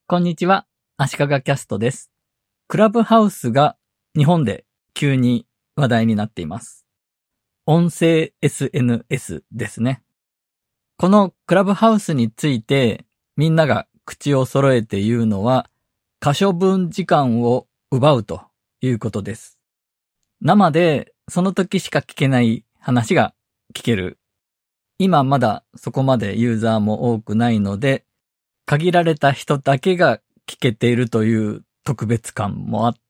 こんにちは、足利キャストです。クラブハウスが日本で急に話題になっています。音声 SNS ですね。このクラブハウスについてみんなが口を揃えて言うのは、可処分時間を奪うということです。生でその時しか聞けない話が聞ける。今まだそこまでユーザーも多くないので、限られた人だけが聞けているという特別感もあって、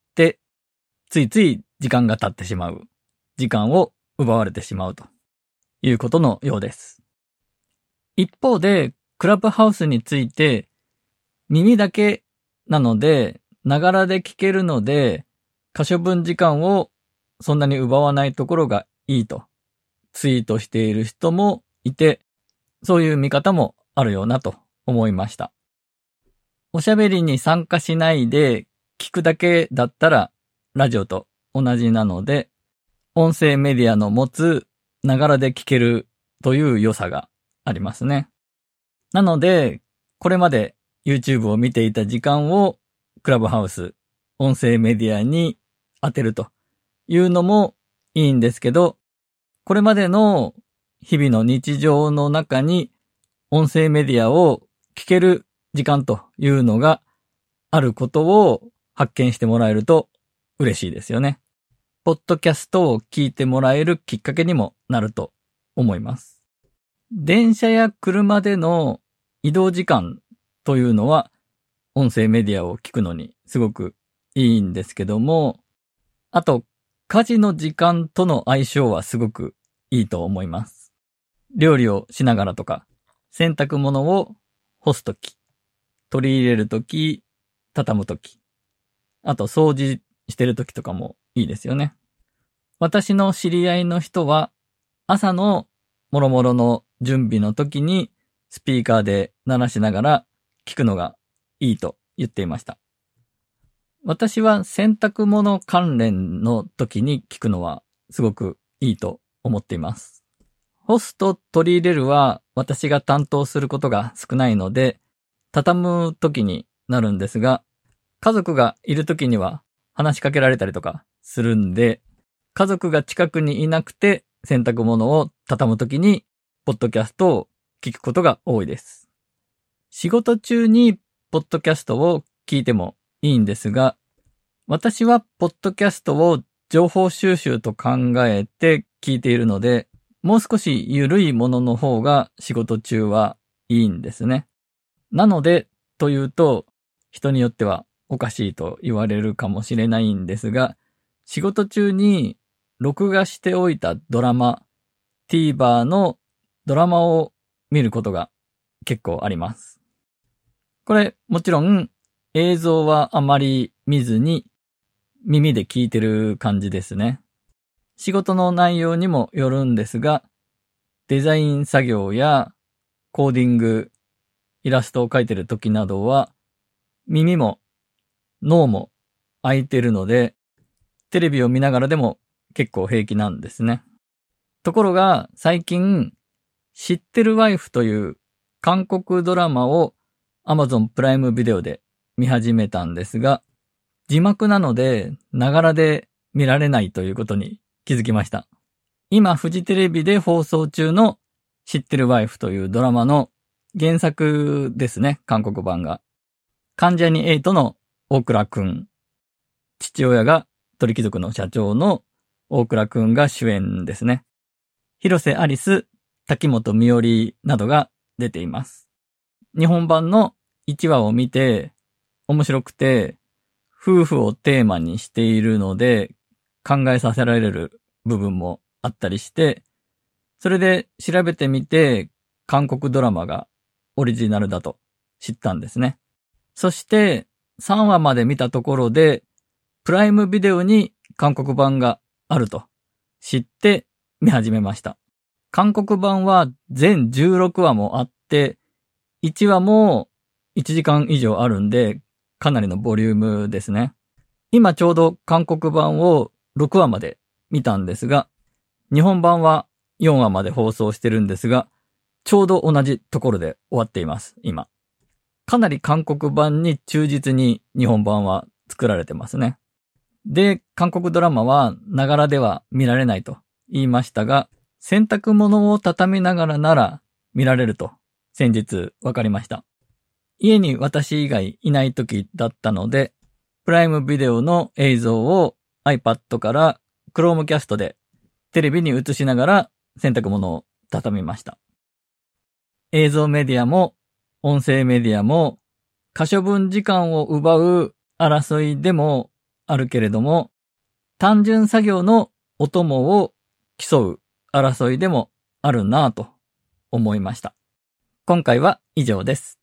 ついつい時間が経ってしまう。時間を奪われてしまうということのようです。一方で、クラブハウスについて、耳だけなので、ながらで聞けるので、可処分時間をそんなに奪わないところがいいとツイートしている人もいて、そういう見方もあるようなと思いました。おしゃべりに参加しないで聞くだけだったらラジオと同じなので、音声メディアの持つながらで聞けるという良さがありますね。なので、これまで YouTube を見ていた時間をクラブハウス、音声メディアに当てるというのもいいんですけど、これまでの日々の日常の中に音声メディアを聞ける時間というのがあることを発見してもらえると嬉しいですよね。ポッドキャストを聞いてもらえるきっかけにもなると思います。電車や車での移動時間というのは音声メディアを聞くのにすごくいいんですけども、あと家事の時間との相性はすごくいいと思います。料理をしながらとか、洗濯物を干すとき、取り入れるとき、畳むとき、あと掃除してるときとかもいいですよね。私の知り合いの人は朝のもろもろの準備の時にスピーカーで鳴らしながら聞くのがいいと言っていました。私は洗濯物関連の時に聞くのはすごくいいと思っています。干すと取り入れるは私が担当することが少ないので、畳む時になるんですが、家族がいる時には話しかけられたりとかするんで、家族が近くにいなくて洗濯物を畳む時にポッドキャストを聞くことが多いです。仕事中にポッドキャストを聞いてもいいんですが、私はポッドキャストを情報収集と考えて聞いているので、もう少し緩いものの方が仕事中はいいんですね。なので、というと、人によってはおかしいと言われるかもしれないんですが、仕事中に録画しておいたドラマ、TVer のドラマを見ることが結構あります。これ、もちろん映像はあまり見ずに耳で聞いてる感じですね。仕事の内容にもよるんですが、デザイン作業やコーディング、イラストを描いてる時などは、耳も脳も開いてるので、テレビを見ながらでも結構平気なんですね。ところが最近、知ってるワイフという韓国ドラマを Amazon プライムビデオで見始めたんですが、字幕なのでながらで見られないということに気づきました。今フジテレビで放送中の知ってるワイフというドラマの原作ですね、韓国版が。関ジャニ∞の大倉くん。父親が鳥貴族の社長の大倉くんが主演ですね。広瀬アリス、滝本美織などが出ています。日本版の1話を見て面白くて、夫婦をテーマにしているので考えさせられる部分もあったりして、それで調べてみて韓国ドラマがオリジナルだと知ったんですね。そして3話まで見たところでプライムビデオに韓国版があると知って見始めました。韓国版は全16話もあって1話も1時間以上あるんでかなりのボリュームですね。今ちょうど韓国版を6話まで見たんですが、日本版は4話まで放送してるんですが、ちょうど同じところで終わっています、今。 かなり韓国版に忠実に日本版は作られてますね。で、韓国ドラマはながらでは見られないと言いましたが、洗濯物を畳みながらなら見られると先日分かりました。家に私以外いない時だったので、プライムビデオの映像を iPad から Chromecast でテレビに映しながら洗濯物を畳みました。映像メディアも音声メディアも可処分時間を奪う争いでもあるけれども、単純作業のお供を競う争いでもあるなぁと思いました。今回は以上です。